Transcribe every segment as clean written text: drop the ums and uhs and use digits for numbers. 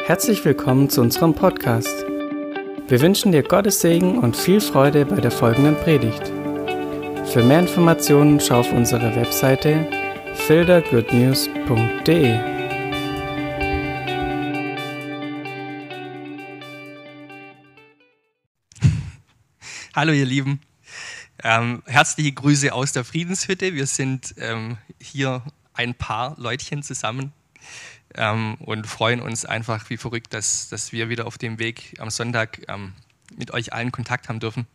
Herzlich willkommen zu unserem Podcast. Wir wünschen dir Gottes Segen und viel Freude bei der folgenden Predigt. Für mehr Informationen schau auf unsere Webseite fildergoodnews.de. Hallo ihr Lieben, herzliche Grüße aus der Friedenshütte. Wir sind hier ein paar Leutchen zusammen und freuen uns einfach wie verrückt, dass wir wieder auf dem Weg am Sonntag mit euch allen Kontakt haben dürfen.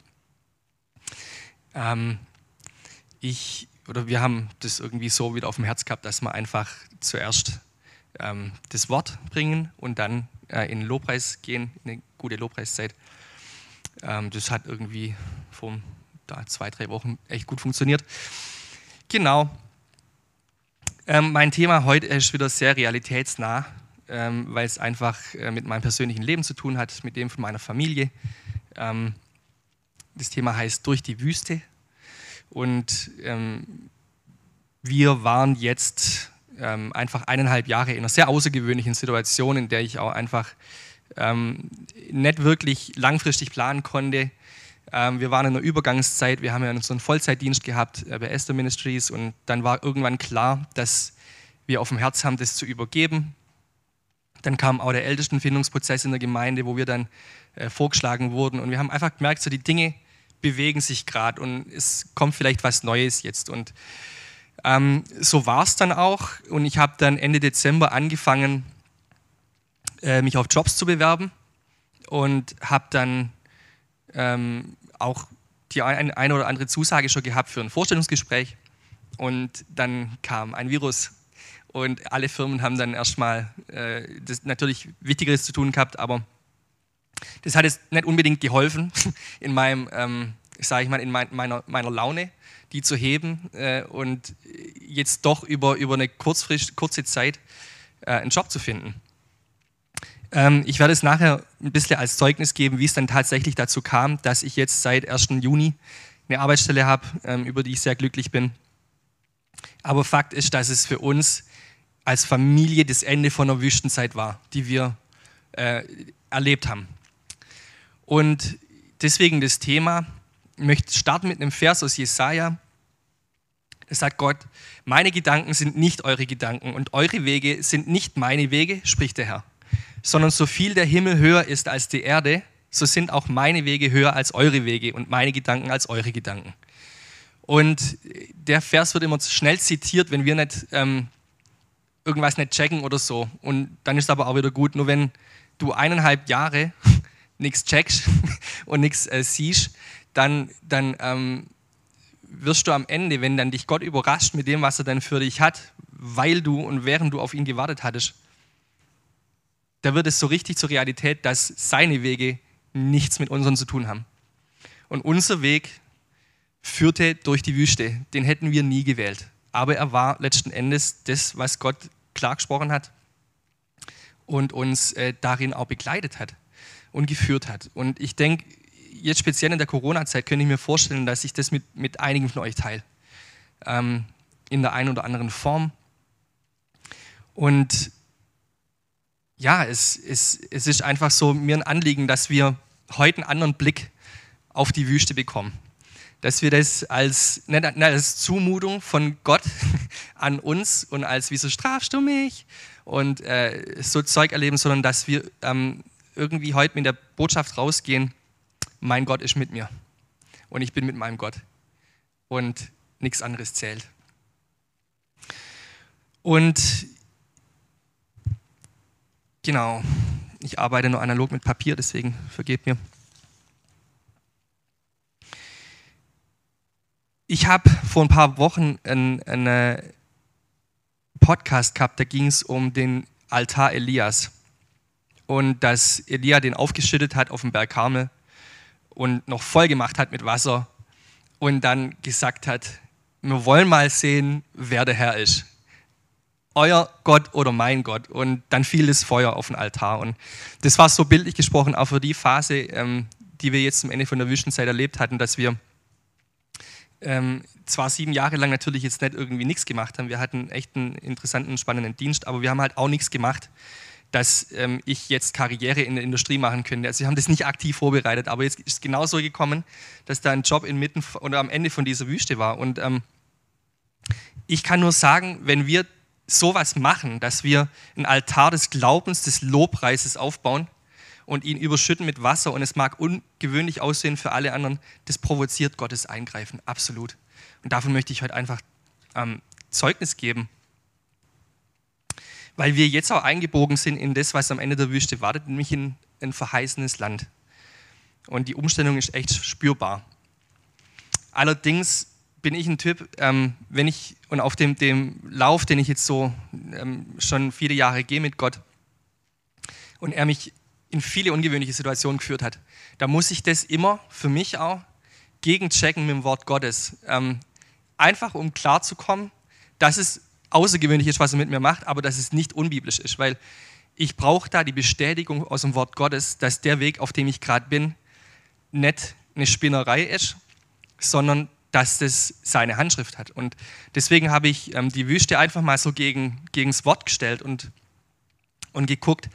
Wir haben das irgendwie so wieder auf dem Herz gehabt, dass wir einfach zuerst das Wort bringen und dann in den Lobpreis gehen, in eine gute Lobpreiszeit. Das hat irgendwie vor 2-3 Wochen echt gut funktioniert. Genau. Mein Thema heute ist wieder sehr realitätsnah, weil es einfach mit meinem persönlichen Leben zu tun hat, mit dem von meiner Familie. Das Thema heißt Durch die Wüste. Und wir waren jetzt einfach 1,5 Jahre in einer sehr außergewöhnlichen Situation, in der ich auch einfach nicht wirklich langfristig planen konnte. Wir waren in einer Übergangszeit, wir haben ja so einen Vollzeitdienst gehabt bei Esther Ministries und dann war irgendwann klar, dass wir auf dem Herz haben, das zu übergeben. Dann kam auch der Ältestenfindungsprozess in der Gemeinde, wo wir dann vorgeschlagen wurden und wir haben einfach gemerkt, so die Dinge bewegen sich gerade und es kommt vielleicht was Neues jetzt und so war es dann auch und ich habe dann Ende Dezember angefangen, mich auf Jobs zu bewerben und habe dann auch die eine oder andere Zusage schon gehabt für ein Vorstellungsgespräch und dann kam ein Virus und alle Firmen haben dann erstmal das natürlich Wichtigeres zu tun gehabt, aber das hat jetzt nicht unbedingt geholfen in meinem, in meiner Laune, die zu heben und jetzt doch über eine kurze Zeit einen Job zu finden. Ich werde es nachher ein bisschen als Zeugnis geben, wie es dann tatsächlich dazu kam, dass ich jetzt seit 1. Juni eine Arbeitsstelle habe, über die ich sehr glücklich bin. Aber Fakt ist, dass es für uns als Familie das Ende von einer Wüstenzeit war, die wir erlebt haben. Und deswegen das Thema, ich möchte starten mit einem Vers aus Jesaja. Es sagt Gott, meine Gedanken sind nicht eure Gedanken und eure Wege sind nicht meine Wege, spricht der Herr. Sondern so viel der Himmel höher ist als die Erde, so sind auch meine Wege höher als eure Wege und meine Gedanken als eure Gedanken. Und der Vers wird immer schnell zitiert, wenn wir nicht irgendwas nicht checken oder so. Und dann ist es aber auch wieder gut, nur wenn du 1,5 Jahre nichts checkst und nichts siehst, dann wirst du am Ende, wenn dann dich Gott überrascht mit dem, was er dann für dich hat, weil du und während du auf ihn gewartet hattest, da wird es so richtig zur Realität, dass seine Wege nichts mit unseren zu tun haben. Und unser Weg führte durch die Wüste. Den hätten wir nie gewählt. Aber er war letzten Endes das, was Gott klar gesprochen hat und uns darin auch begleitet hat und geführt hat. Und ich denke, jetzt speziell in der Corona-Zeit könnte ich mir vorstellen, dass ich das mit einigen von euch teile. In der einen oder anderen Form. Und ja, es ist einfach so mir ein Anliegen, dass wir heute einen anderen Blick auf die Wüste bekommen. Dass wir das nicht als Zumutung von Gott an uns und als wieso strafst du mich und so Zeug erleben, sondern dass wir irgendwie heute mit der Botschaft rausgehen, mein Gott ist mit mir und ich bin mit meinem Gott und nichts anderes zählt. Und genau, ich arbeite nur analog mit Papier, deswegen vergebt mir. Ich habe vor ein paar Wochen einen Podcast gehabt, da ging es um den Altar Elias und dass Elia den aufgeschüttet hat auf dem Berg Karmel und noch voll gemacht hat mit Wasser und dann gesagt hat, wir wollen mal sehen, wer der Herr ist. Euer Gott oder mein Gott. Und dann fiel das Feuer auf den Altar. Und das war so bildlich gesprochen auch für die Phase, die wir jetzt am Ende von der Wüstenzeit erlebt hatten, dass wir zwar 7 Jahre lang natürlich jetzt nicht irgendwie nichts gemacht haben. Wir hatten echt einen interessanten, spannenden Dienst, aber wir haben halt auch nichts gemacht, dass ich jetzt Karriere in der Industrie machen könnte. Also wir haben das nicht aktiv vorbereitet, aber jetzt ist es genauso gekommen, dass da ein Job inmitten oder am Ende von dieser Wüste war. Und ich kann nur sagen, wenn wir sowas machen, dass wir einen Altar des Glaubens, des Lobpreises aufbauen und ihn überschütten mit Wasser, und es mag ungewöhnlich aussehen für alle anderen, das provoziert Gottes Eingreifen, absolut. Und davon möchte ich heute einfach Zeugnis geben. Weil wir jetzt auch eingebogen sind in das, was am Ende der Wüste wartet, nämlich in ein verheißenes Land. Und die Umstellung ist echt spürbar. Allerdings bin ich ein Typ, wenn ich, und auf dem Lauf, den ich jetzt so schon viele Jahre gehe mit Gott, und er mich in viele ungewöhnliche Situationen geführt hat, da muss ich das immer für mich auch gegenchecken mit dem Wort Gottes. Einfach um klarzukommen, dass es außergewöhnlich ist, was er mit mir macht, aber dass es nicht unbiblisch ist, weil ich brauche da die Bestätigung aus dem Wort Gottes, dass der Weg, auf dem ich gerade bin, nicht eine Spinnerei ist, sondern dass das seine Handschrift hat. Und deswegen habe ich die Wüste einfach mal so gegens Wort gestellt und geguckt,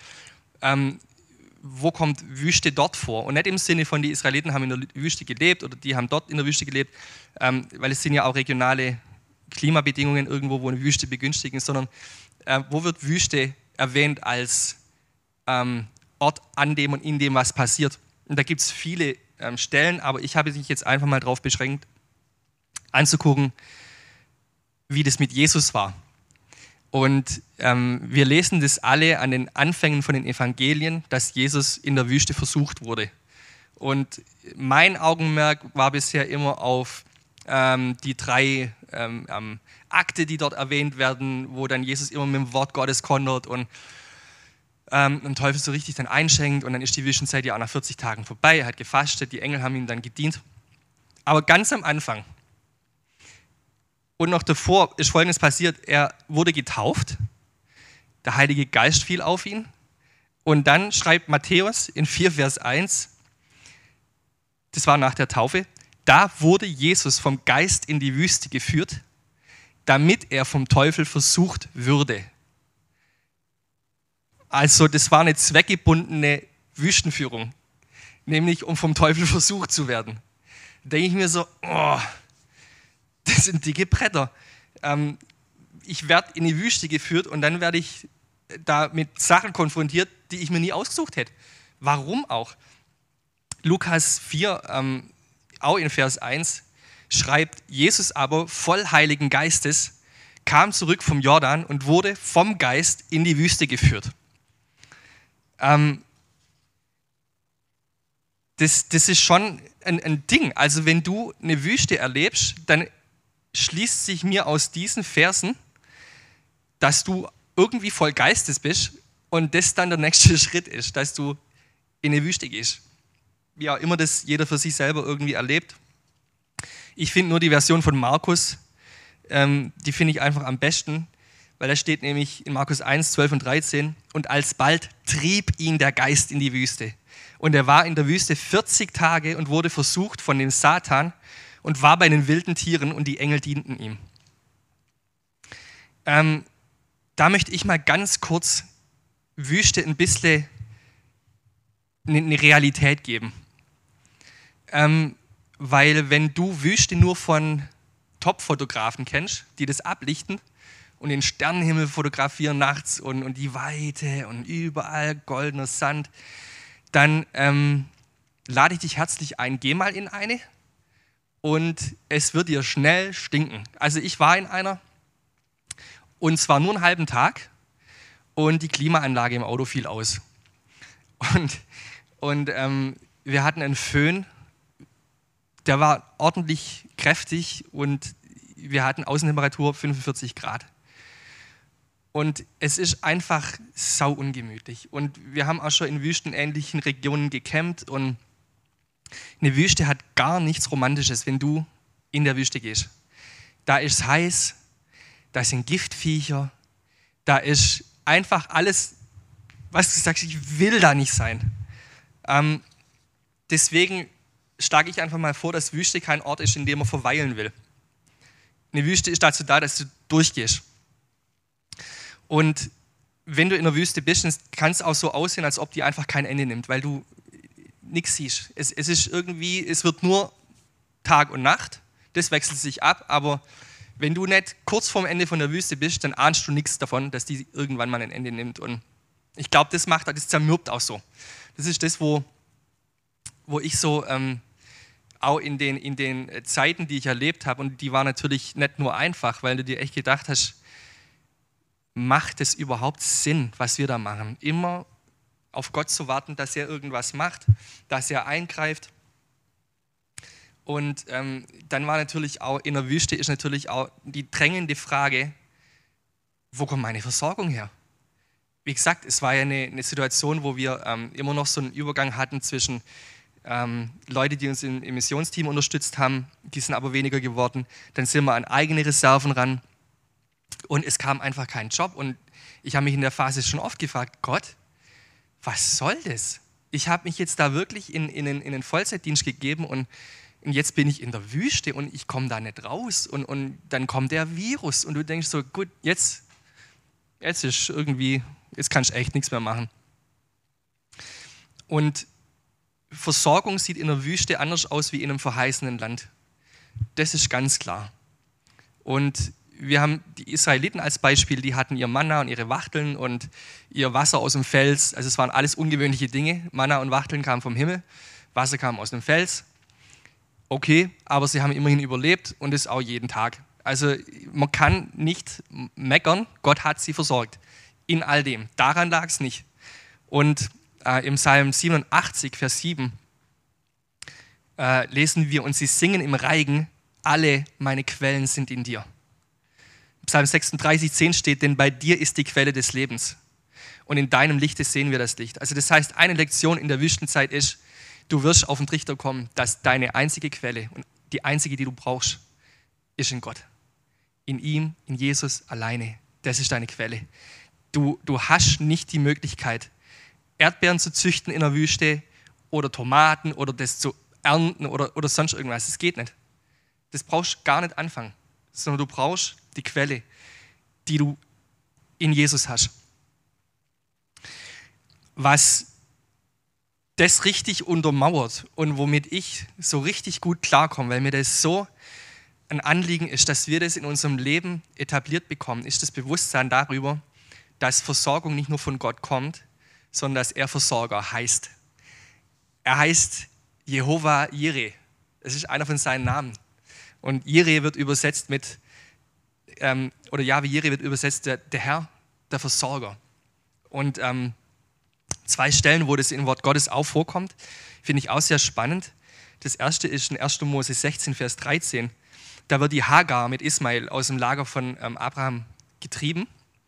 wo kommt Wüste dort vor? Und nicht im Sinne von, die Israeliten haben in der Wüste gelebt oder die haben dort in der Wüste gelebt, weil es sind ja auch regionale Klimabedingungen irgendwo, wo eine Wüste begünstigen, sondern wo wird Wüste erwähnt als Ort an dem und in dem, was passiert. Und da gibt es viele Stellen, aber ich habe mich jetzt einfach mal darauf beschränkt, anzugucken, wie das mit Jesus war. Und wir lesen das alle an den Anfängen von den Evangelien, dass Jesus in der Wüste versucht wurde. Und mein Augenmerk war bisher immer auf die 3 Akte, die dort erwähnt werden, wo dann Jesus immer mit dem Wort Gottes kontert und den Teufel so richtig dann einschenkt, und dann ist die Wüstenzeit ja auch nach 40 Tagen vorbei, er hat gefastet, die Engel haben ihm dann gedient. Aber ganz am Anfang und noch davor ist Folgendes passiert: Er wurde getauft, der Heilige Geist fiel auf ihn, und dann schreibt Matthäus in 4 Vers 1, das war nach der Taufe: Da wurde Jesus vom Geist in die Wüste geführt, damit er vom Teufel versucht würde. Also das war eine zweckgebundene Wüstenführung, nämlich um vom Teufel versucht zu werden. Da denke ich mir so, oh, das sind dicke Bretter. Ich werde in die Wüste geführt und dann werde ich da mit Sachen konfrontiert, die ich mir nie ausgesucht hätte. Warum auch? Lukas 4, auch in Vers 1, schreibt: Jesus aber, voll Heiligen Geistes, kam zurück vom Jordan und wurde vom Geist in die Wüste geführt. Das ist schon ein Ding. Also wenn du eine Wüste erlebst, dann schließt sich mir aus diesen Versen, dass du irgendwie voll Geistes bist und das dann der nächste Schritt ist, dass du in eine Wüste gehst. Wie auch immer das jeder für sich selber irgendwie erlebt. Ich finde nur die Version von Markus, die finde ich einfach am besten, weil da steht nämlich in Markus 1, 12 und 13: Und alsbald trieb ihn der Geist in die Wüste. Und er war in der Wüste 40 Tage und wurde versucht von dem Satan und war bei den wilden Tieren, und die Engel dienten ihm. Da möchte ich mal ganz kurz Wüste ein bisschen eine Realität geben. Weil wenn du Wüste nur von Top-Fotografen kennst, die das ablichten und den Sternenhimmel fotografieren nachts und die Weite und überall goldener Sand, dann lade ich dich herzlich ein, geh mal in eine und es wird dir schnell stinken. Also ich war in einer, und zwar nur einen halben Tag, und die Klimaanlage im Auto fiel aus. Und wir hatten einen Föhn, der war ordentlich kräftig, und wir hatten Außentemperatur 45 Grad. Und es ist einfach sau ungemütlich. Und wir haben auch schon in wüstenähnlichen Regionen gecampt, und eine Wüste hat gar nichts Romantisches, wenn du in der Wüste gehst. Da ist es heiß, da sind Giftviecher, da ist einfach alles, was du sagst, ich will da nicht sein. Deswegen schlage ich einfach mal vor, dass Wüste kein Ort ist, in dem man verweilen will. Eine Wüste ist dazu da, dass du durchgehst. Und wenn du in der Wüste bist, kann es auch so aussehen, als ob die einfach kein Ende nimmt, weil du nichts siehst. Es ist irgendwie, es wird nur Tag und Nacht, das wechselt sich ab, aber wenn du nicht kurz vorm Ende von der Wüste bist, dann ahnst du nichts davon, dass die irgendwann mal ein Ende nimmt. Und ich glaube, das zermürbt auch so. Das ist das, wo ich so auch in den Zeiten, die ich erlebt habe, und die waren natürlich nicht nur einfach, weil du dir echt gedacht hast, macht es überhaupt Sinn, was wir da machen? Immer auf Gott zu warten, dass er irgendwas macht, dass er eingreift. Und dann war natürlich auch in der Wüste ist natürlich auch die drängende Frage, wo kommt meine Versorgung her? Wie gesagt, es war ja eine Situation, wo wir immer noch so einen Übergang hatten zwischen Leute, die uns im Missionsteam unterstützt haben, die sind aber weniger geworden. Dann sind wir an eigene Reserven ran und es kam einfach kein Job. Und ich habe mich in der Phase schon oft gefragt, Gott, was soll das? Ich habe mich jetzt da wirklich in den Vollzeitdienst gegeben und jetzt bin ich in der Wüste und ich komme da nicht raus und dann kommt der Virus und du denkst so, gut, jetzt ist irgendwie, jetzt kannst du echt nichts mehr machen. Und Versorgung sieht in der Wüste anders aus wie in einem verheißenen Land. Das ist ganz klar. Und wir haben die Israeliten als Beispiel, die hatten ihr Manna und ihre Wachteln und ihr Wasser aus dem Fels. Also es waren alles ungewöhnliche Dinge. Manna und Wachteln kamen vom Himmel, Wasser kam aus dem Fels. Okay, aber sie haben immerhin überlebt und das auch jeden Tag. Also man kann nicht meckern, Gott hat sie versorgt. In all dem. Daran lag es nicht. Und im Psalm 87, Vers 7 lesen wir, und sie singen im Reigen, alle meine Quellen sind in dir. Psalm 36, 10 steht, denn bei dir ist die Quelle des Lebens und in deinem Lichte sehen wir das Licht. Also das heißt, eine Lektion in der Wüstenzeit ist, du wirst auf den Trichter kommen, dass deine einzige Quelle und die einzige, die du brauchst, ist in Gott. In ihm, in Jesus alleine. Das ist deine Quelle. Du hast nicht die Möglichkeit, Erdbeeren zu züchten in der Wüste oder Tomaten oder das zu ernten oder sonst irgendwas. Das geht nicht. Das brauchst du gar nicht anfangen, sondern du brauchst die Quelle, die du in Jesus hast. Was das richtig untermauert und womit ich so richtig gut klarkomme, weil mir das so ein Anliegen ist, dass wir das in unserem Leben etabliert bekommen, ist das Bewusstsein darüber, dass Versorgung nicht nur von Gott kommt, sondern dass er Versorger heißt. Er heißt Jehova Jireh. Das ist einer von seinen Namen. Und Jireh wird übersetzt mit, oder Jahwe Jireh wird übersetzt, der Herr, der Versorger. Und 2 Stellen, wo das im Wort Gottes auch vorkommt, finde ich auch sehr spannend. Das erste ist in 1. Mose 16, Vers 13. Da wird die Hagar mit Ismael aus dem Lager von Abraham getrieben.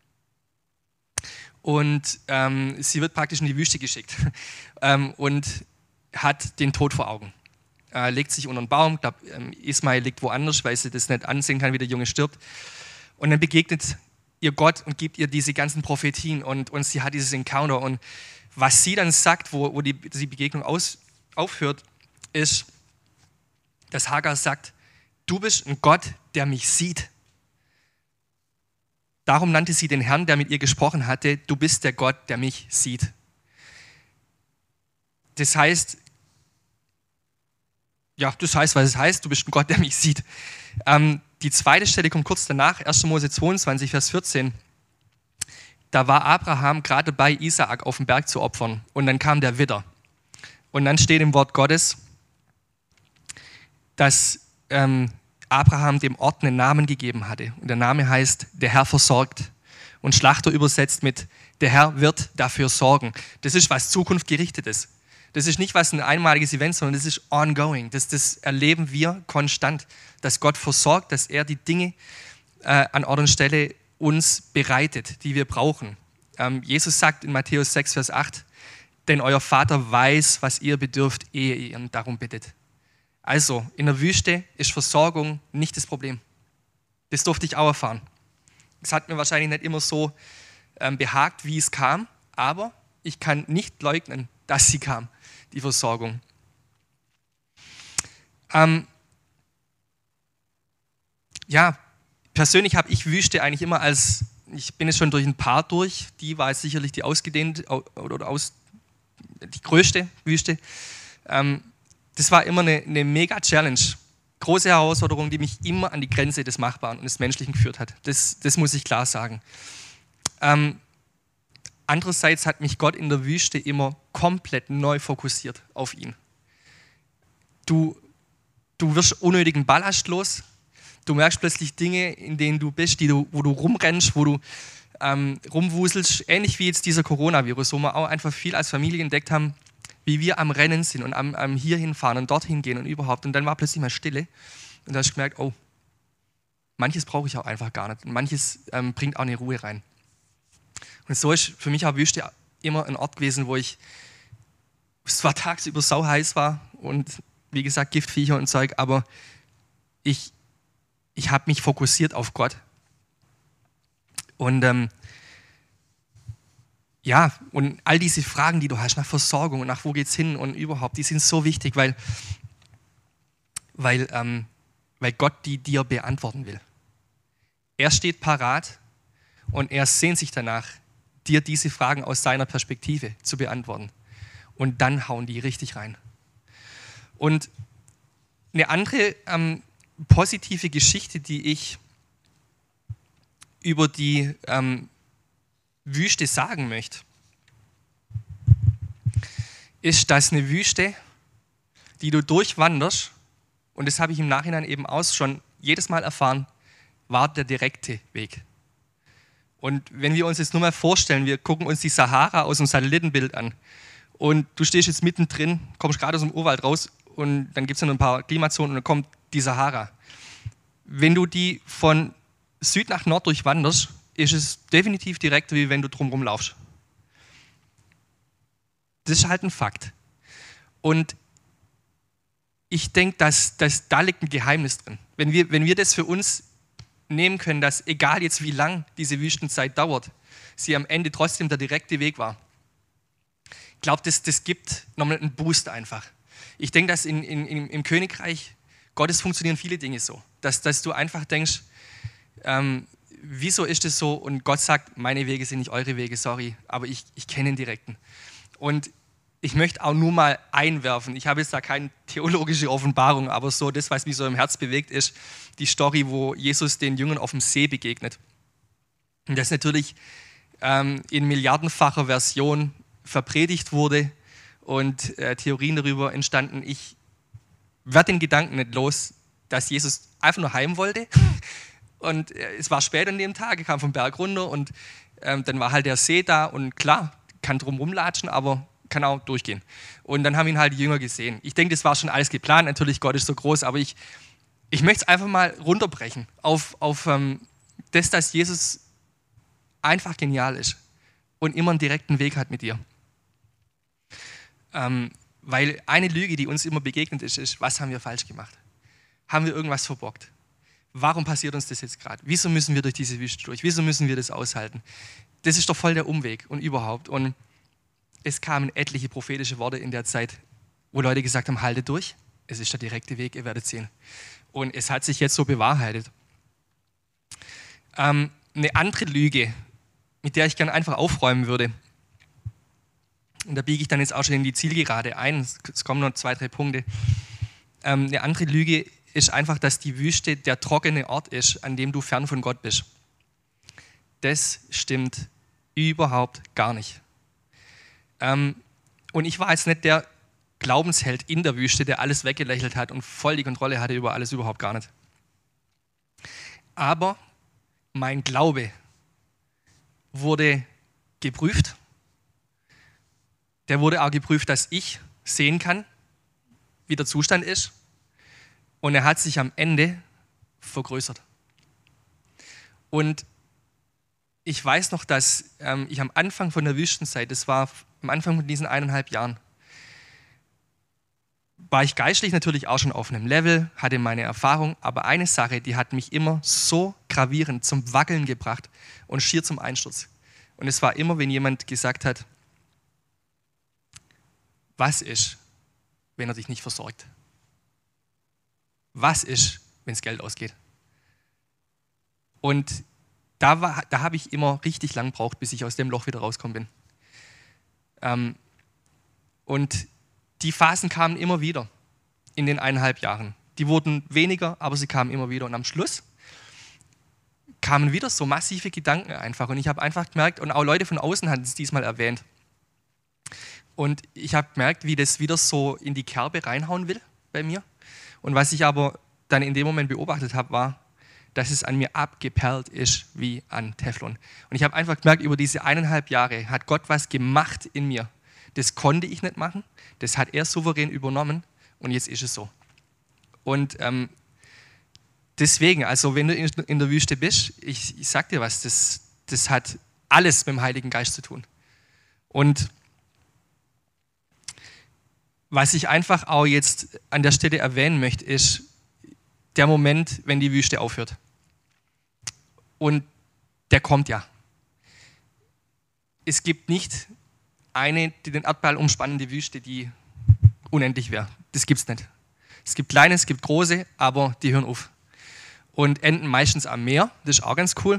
Und sie wird praktisch in die Wüste geschickt und hat den Tod vor Augen. Legt sich unter einen Baum, ich glaube, Ismael liegt woanders, weil sie das nicht ansehen kann, wie der Junge stirbt. Und dann begegnet ihr Gott und gibt ihr diese ganzen Prophetien und sie hat dieses Encounter. Und was sie dann sagt, wo die Begegnung aufhört, ist, dass Hagar sagt, du bist ein Gott, der mich sieht. Darum nannte sie den Herrn, der mit ihr gesprochen hatte, du bist der Gott, der mich sieht. Das heißt, was es heißt, du bist ein Gott, der mich sieht. Die zweite Stelle kommt kurz danach, 1. Mose 22, Vers 14. Da war Abraham gerade dabei, Isaak auf dem Berg zu opfern. Und dann kam der Widder. Und dann steht im Wort Gottes, dass Abraham dem Ort einen Namen gegeben hatte. Und der Name heißt, der Herr versorgt. Und Schlachter übersetzt mit, der Herr wird dafür sorgen. Das ist was Zukunftgerichtetes. Das ist nicht was ein einmaliges Event, sondern das ist ongoing. Das erleben wir konstant, dass Gott versorgt, dass er die Dinge an Ort und Stelle uns bereitet, die wir brauchen. Jesus sagt in Matthäus 6, Vers 8, denn euer Vater weiß, was ihr bedürft, ehe ihr ihn darum bittet. Also, in der Wüste ist Versorgung nicht das Problem. Das durfte ich auch erfahren. Es hat mir wahrscheinlich nicht immer so behagt, wie es kam, aber ich kann nicht leugnen, dass sie kam, die Versorgung. Persönlich habe ich Wüste eigentlich immer als ich bin jetzt schon durch ein paar durch, die war jetzt sicherlich die die größte Wüste. Das war immer eine mega Challenge. Große Herausforderung, die mich immer an die Grenze des Machbaren und des Menschlichen geführt hat. Das muss ich klar sagen. Andererseits hat mich Gott in der Wüste immer komplett neu fokussiert auf ihn. Du wirst unnötigen Ballast los. Du merkst plötzlich Dinge, in denen du bist, wo du rumrennst, wo du rumwuselst. Ähnlich wie jetzt dieser Coronavirus, wo wir auch einfach viel als Familie entdeckt haben, wie wir am Rennen sind und am hierhin fahren und dorthin gehen und überhaupt. Und dann war plötzlich mal Stille. Und da hast du gemerkt, oh, manches brauche ich auch einfach gar nicht. Und manches bringt auch eine Ruhe rein. Und so ist für mich auch Wüste immer ein Ort gewesen, wo es zwar tagsüber sauheiß war und wie gesagt Giftviecher und Zeug, aber ich habe mich fokussiert auf Gott. Und und all diese Fragen, die du hast nach Versorgung und nach wo geht's hin und überhaupt, die sind so wichtig, weil Gott die dir beantworten will. Er steht parat und er sehnt sich danach, dir diese Fragen aus seiner Perspektive zu beantworten. Und dann hauen die richtig rein. Und eine andere positive Geschichte, die ich über die Wüste sagen möchte, ist, dass eine Wüste, die du durchwanderst, und das habe ich im Nachhinein eben auch schon jedes Mal erfahren, war der direkte Weg. Und wenn wir uns jetzt nur mal vorstellen, wir gucken uns die Sahara aus dem Satellitenbild an und du stehst jetzt mittendrin, kommst gerade aus dem Urwald raus und dann gibt es noch ein paar Klimazonen und dann kommt die Sahara. Wenn du die von Süd nach Nord durchwanderst, ist es definitiv direkter, wie wenn du drumherum laufst. Das ist halt ein Fakt. Und ich denke, dass da liegt ein Geheimnis drin. Wenn wir das für uns nehmen können, dass egal jetzt wie lang diese Wüstenzeit dauert, sie am Ende trotzdem der direkte Weg war. Ich glaube, das gibt nochmal einen Boost einfach. Ich denke, dass im Königreich Gottes funktionieren viele Dinge so, dass du einfach denkst, wieso ist es so? Und Gott sagt, meine Wege sind nicht eure Wege, sorry, aber ich kenne den Direkten. Und ich möchte auch nur mal einwerfen, ich habe jetzt da keine theologische Offenbarung, aber so das, was mich so im Herz bewegt, ist die Story, wo Jesus den Jüngern auf dem See begegnet. Und das natürlich in milliardenfacher Version verpredigt wurde und Theorien darüber entstanden. Ich werde den Gedanken nicht los, dass Jesus einfach nur heim wollte. Und es war spät an dem Tag, er kam vom Berg runter und dann war halt der See da und klar, kann drum rumlatschen, aber kann auch durchgehen. Und dann haben ihn halt die Jünger gesehen. Ich denke, das war schon alles geplant, natürlich, Gott ist so groß, aber ich möchte es einfach mal runterbrechen auf das, dass Jesus einfach genial ist und immer einen direkten Weg hat mit dir. Weil eine Lüge, die uns immer begegnet ist, was haben wir falsch gemacht? Haben wir irgendwas verbockt? Warum passiert uns das jetzt gerade? Wieso müssen wir durch diese Wüste durch? Wieso müssen wir das aushalten? Das ist doch voll der Umweg und überhaupt. Und es kamen etliche prophetische Worte in der Zeit, wo Leute gesagt haben, haltet durch, es ist der direkte Weg, ihr werdet sehen. Und es hat sich jetzt so bewahrheitet. Eine andere Lüge, mit der ich gerne einfach aufräumen würde, und da biege ich dann jetzt auch schon in die Zielgerade ein, es kommen noch 2, 3 Punkte. Eine andere Lüge ist einfach, dass die Wüste der trockene Ort ist, an dem du fern von Gott bist. Das stimmt überhaupt gar nicht. Und ich war jetzt nicht der Glaubensheld in der Wüste, der alles weggelächelt hat und voll die Kontrolle hatte über alles, überhaupt gar nicht. Aber mein Glaube wurde geprüft. Der wurde auch geprüft, dass ich sehen kann, wie der Zustand ist. Und er hat sich am Ende vergrößert. Und ich weiß noch, dass ich am Anfang von der Wüstenzeit, das war am Anfang von diesen 1,5 Jahren, war ich geistlich natürlich auch schon auf einem Level, hatte meine Erfahrung, aber eine Sache, die hat mich immer so gravierend zum Wackeln gebracht und schier zum Einsturz. Und es war immer, wenn jemand gesagt hat, was ist, wenn er dich nicht versorgt? Was ist, wenn das Geld ausgeht? Und da habe ich immer richtig lang gebraucht, bis ich aus dem Loch wieder rausgekommen bin. Und die Phasen kamen immer wieder in den 1,5 Jahren. Die wurden weniger, aber sie kamen immer wieder. Und am Schluss kamen wieder so massive Gedanken einfach. Und ich habe einfach gemerkt, und auch Leute von außen hatten es diesmal erwähnt. Und ich habe gemerkt, wie das wieder so in die Kerbe reinhauen will bei mir. Und was ich aber dann in dem Moment beobachtet habe, war, dass es an mir abgeperlt ist wie an Teflon. Und ich habe einfach gemerkt, über diese 1,5 Jahre hat Gott was gemacht in mir. Das konnte ich nicht machen, das hat er souverän übernommen und jetzt ist es so. Und deswegen, also wenn du in der Wüste bist, ich sag dir was, das hat alles mit dem Heiligen Geist zu tun. Und was ich einfach auch jetzt an der Stelle erwähnen möchte, ist der Moment, wenn die Wüste aufhört. Und der kommt ja. Es gibt nicht eine, die den Erdball umspannende Wüste, die unendlich wäre. Das gibt es nicht. Es gibt kleine, es gibt große, aber die hören auf. Und enden meistens am Meer, das ist auch ganz cool.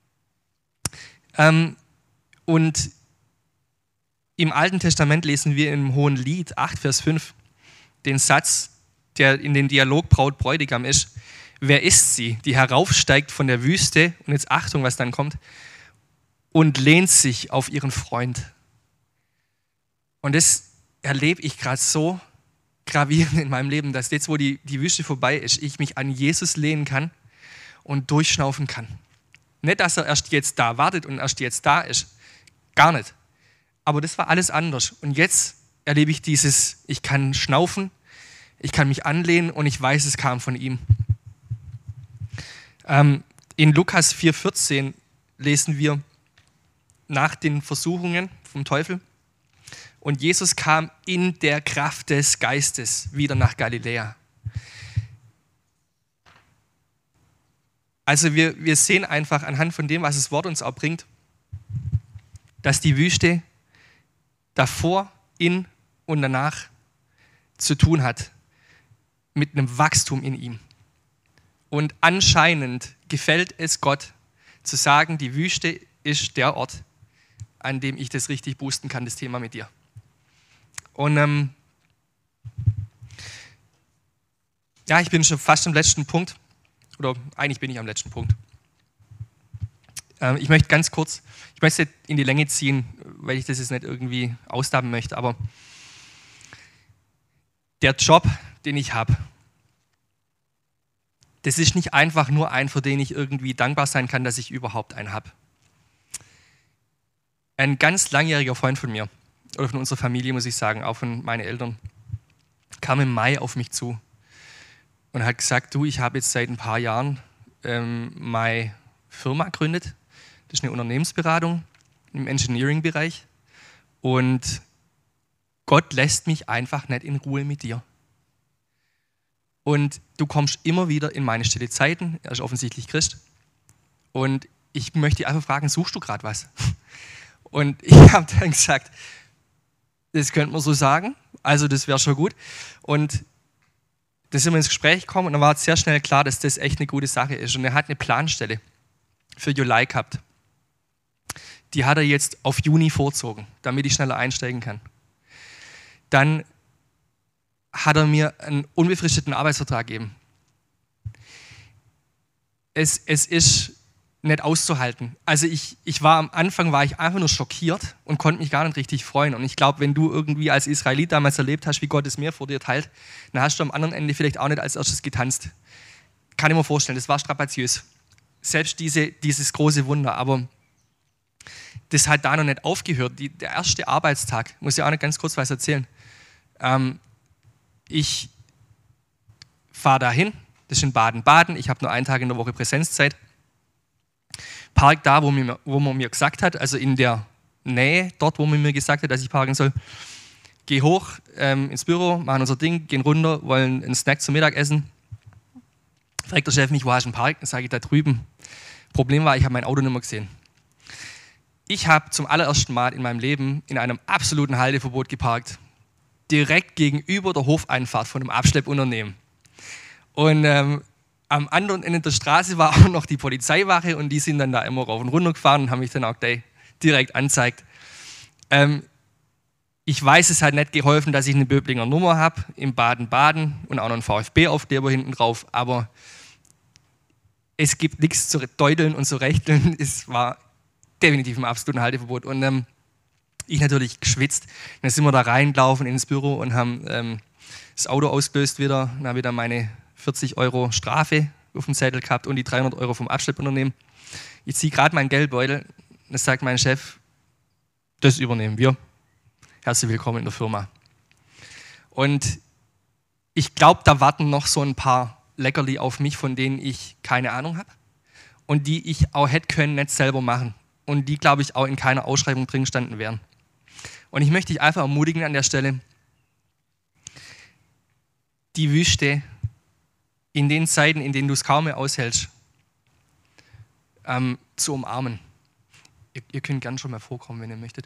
Und im Alten Testament lesen wir im Hohenlied 8, Vers 5 den Satz, der in den Dialog Braut-Bräutigam ist. Wer ist sie, die heraufsteigt von der Wüste, und jetzt Achtung, was dann kommt, und lehnt sich auf ihren Freund. Und das erlebe ich gerade so gravierend in meinem Leben, dass jetzt, wo die Wüste vorbei ist, ich mich an Jesus lehnen kann und durchschnaufen kann. Nicht, dass er erst jetzt da wartet und erst jetzt da ist. Gar nicht. Aber das war alles anders. Und jetzt erlebe ich dieses, ich kann schnaufen, ich kann mich anlehnen und ich weiß, es kam von ihm. In Lukas 4,14 lesen wir nach den Versuchungen vom Teufel: Und Jesus kam in der Kraft des Geistes wieder nach Galiläa. Also wir sehen einfach anhand von dem, was das Wort uns auch bringt, dass die Wüste davor, in und danach zu tun hat mit einem Wachstum in ihm. Und anscheinend gefällt es Gott zu sagen, die Wüste ist der Ort, an dem ich das richtig boosten kann, das Thema mit dir. Und ja, ich bin schon fast am letzten Punkt, oder eigentlich bin ich am letzten Punkt. Ich möchte ganz kurz, ich möchte es in die Länge ziehen, weil ich das jetzt nicht irgendwie ausdaben möchte, aber der Job, den ich habe, das ist nicht einfach nur ein, für den ich irgendwie dankbar sein kann, dass ich überhaupt einen habe. Ein ganz langjähriger Freund von mir, oder von unserer Familie, muss ich sagen, auch von meinen Eltern, kam im Mai auf mich zu und hat gesagt, du, ich habe jetzt seit ein paar Jahren meine Firma gegründet. Das ist eine Unternehmensberatung im Engineering-Bereich und Gott lässt mich einfach nicht in Ruhe mit dir. Und du kommst immer wieder in meine stille Zeiten, er ist offensichtlich Christ, und ich möchte dich einfach fragen, suchst du gerade was? Und ich habe dann gesagt, das könnte man so sagen, also das wäre schon gut. Und da sind wir ins Gespräch gekommen und dann war sehr schnell klar, dass das echt eine gute Sache ist. Und er hat eine Planstelle für Juli gehabt. Die hat er jetzt auf Juni vorgezogen, damit ich schneller einsteigen kann. Dann hat er mir einen unbefristeten Arbeitsvertrag gegeben. Es ist nicht auszuhalten. Also am Anfang war ich einfach nur schockiert und konnte mich gar nicht richtig freuen. Und ich glaube, wenn du irgendwie als Israelit damals erlebt hast, wie Gott das Meer vor dir teilt, dann hast du am anderen Ende vielleicht auch nicht als erstes getanzt. Kann ich mir vorstellen, das war strapaziös. Selbst dieses große Wunder, aber das hat da noch nicht aufgehört. Der erste Arbeitstag, muss ich auch noch ganz kurz was erzählen. Ich fahre dahin, das ist in Baden-Baden, ich habe nur einen Tag in der Woche Präsenzzeit. Park da, wo man mir gesagt hat, also in der Nähe, dort, wo man mir gesagt hat, dass ich parken soll. Geh hoch ins Büro, machen unser Ding, gehen runter, wollen einen Snack zum Mittagessen. Fragt der Chef mich, wo hast du einen Park? Dann sage ich, da drüben. Problem war, ich habe mein Auto nicht mehr gesehen. Ich habe zum allerersten Mal in meinem Leben in einem absoluten Halteverbot geparkt. Direkt gegenüber der Hofeinfahrt von einem Abschleppunternehmen. Und am anderen Ende der Straße war auch noch die Polizeiwache und die sind dann da immer rauf und runter gefahren und haben mich dann auch direkt angezeigt. Ich weiß, es hat nicht geholfen, dass ich eine Böblinger Nummer habe in Baden-Baden und auch noch einen VfB-Aufkleber hinten drauf, aber es gibt nichts zu deuteln und zu rechteln. Es war definitiv ein absolutes Halteverbot. Und ich natürlich geschwitzt. Dann sind wir da reingelaufen ins Büro und haben das Auto ausgelöst wieder. Dann habe ich dann meine 40 € Strafe auf dem Zettel gehabt und die 300 € vom Abschleppunternehmen. Ich ziehe gerade meinen Geldbeutel. Dann sagt mein Chef, das übernehmen wir. Herzlich willkommen in der Firma. Und ich glaube, da warten noch so ein paar Leckerli auf mich, von denen ich keine Ahnung habe und die ich auch hätte können nicht selber machen und die, glaube ich, auch in keiner Ausschreibung drin gestanden wären. Und ich möchte dich einfach ermutigen an der Stelle, die Wüste in den Zeiten, in denen du es kaum mehr aushältst, zu umarmen. Ihr könnt gerne schon mal vorkommen, wenn ihr möchtet.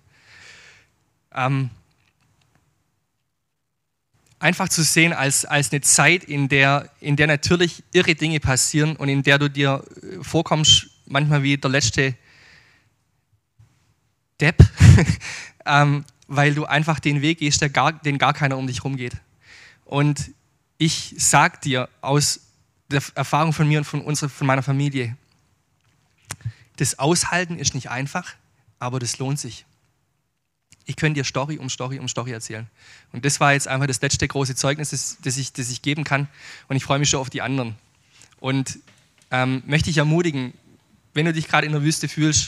Einfach zu sehen als eine Zeit, in der natürlich irre Dinge passieren und in der du dir vorkommst, manchmal wie der letzte Depp, weil du einfach den Weg gehst, den gar keiner um dich herum geht. Und ich sage dir aus der Erfahrung von mir und von meiner Familie, das Aushalten ist nicht einfach, aber das lohnt sich. Ich könnte dir Story um Story um Story erzählen. Und das war jetzt einfach das letzte große Zeugnis, das ich geben kann. Und ich freue mich schon auf die anderen. Und möchte dich ermutigen, wenn du dich gerade in der Wüste fühlst,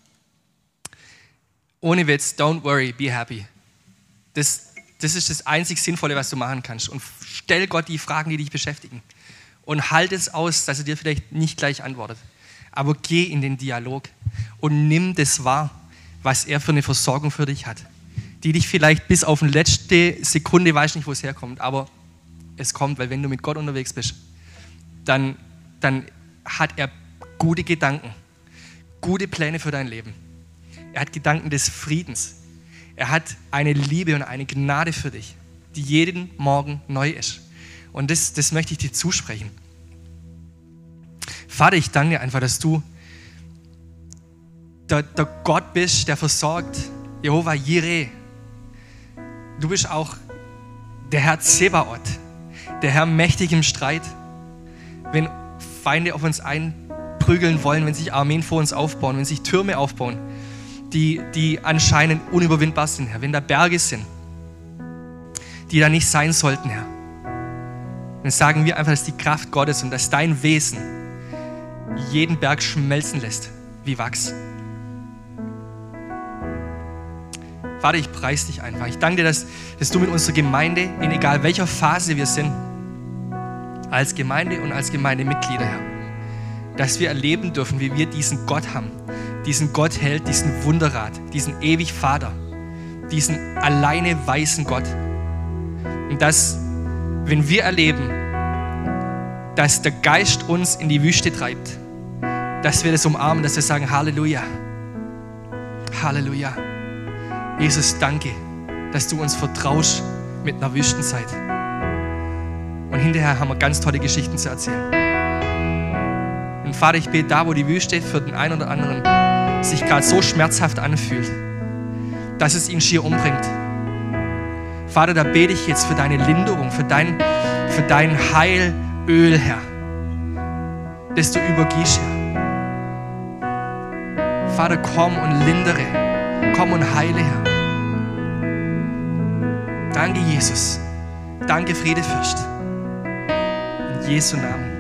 ohne Witz, don't worry, be happy. Das ist das einzig Sinnvolle, was du machen kannst. Und stell Gott die Fragen, die dich beschäftigen. Und halt es aus, dass er dir vielleicht nicht gleich antwortet. Aber geh in den Dialog und nimm das wahr, was er für eine Versorgung für dich hat, die dich vielleicht bis auf die letzte Sekunde, weiß nicht, wo es herkommt, aber es kommt, weil wenn du mit Gott unterwegs bist, dann hat er gute Gedanken, gute Pläne für dein Leben. Er hat Gedanken des Friedens. Er hat eine Liebe und eine Gnade für dich, die jeden Morgen neu ist. Und das möchte ich dir zusprechen. Vater, ich danke dir einfach, dass du der Gott bist, der versorgt, Jehova Jireh. Du bist auch der Herr Zebaoth, der Herr mächtig im Streit. Wenn Feinde auf uns einprügeln wollen, wenn sich Armeen vor uns aufbauen, wenn sich Türme aufbauen, die anscheinend unüberwindbar sind, Herr. Wenn da Berge sind, die da nicht sein sollten, Herr. Dann sagen wir einfach, dass die Kraft Gottes und dass dein Wesen jeden Berg schmelzen lässt, wie Wachs. Vater, ich preise dich einfach. Ich danke dir, dass du mit unserer Gemeinde, in egal welcher Phase wir sind, als Gemeinde und als Gemeindemitglieder, Herr, dass wir erleben dürfen, wie wir diesen Gott haben, diesen Gott hält, diesen Wunderrat, diesen ewig Vater, diesen alleine weisen Gott. Und dass, wenn wir erleben, dass der Geist uns in die Wüste treibt, dass wir das umarmen, dass wir sagen, Halleluja, Halleluja. Jesus, danke, dass du uns vertraust mit einer Wüstenzeit. Und hinterher haben wir ganz tolle Geschichten zu erzählen. Und Vater, ich bete, da wo die Wüste für den einen oder anderen sich gerade so schmerzhaft anfühlt, dass es ihn schier umbringt. Vater, da bete ich jetzt für deine Linderung, für dein Heilöl, Herr, das du übergießt, Herr. Vater, komm und lindere, komm und heile, Herr. Danke, Jesus. Danke, Friedefürst. In Jesu Namen.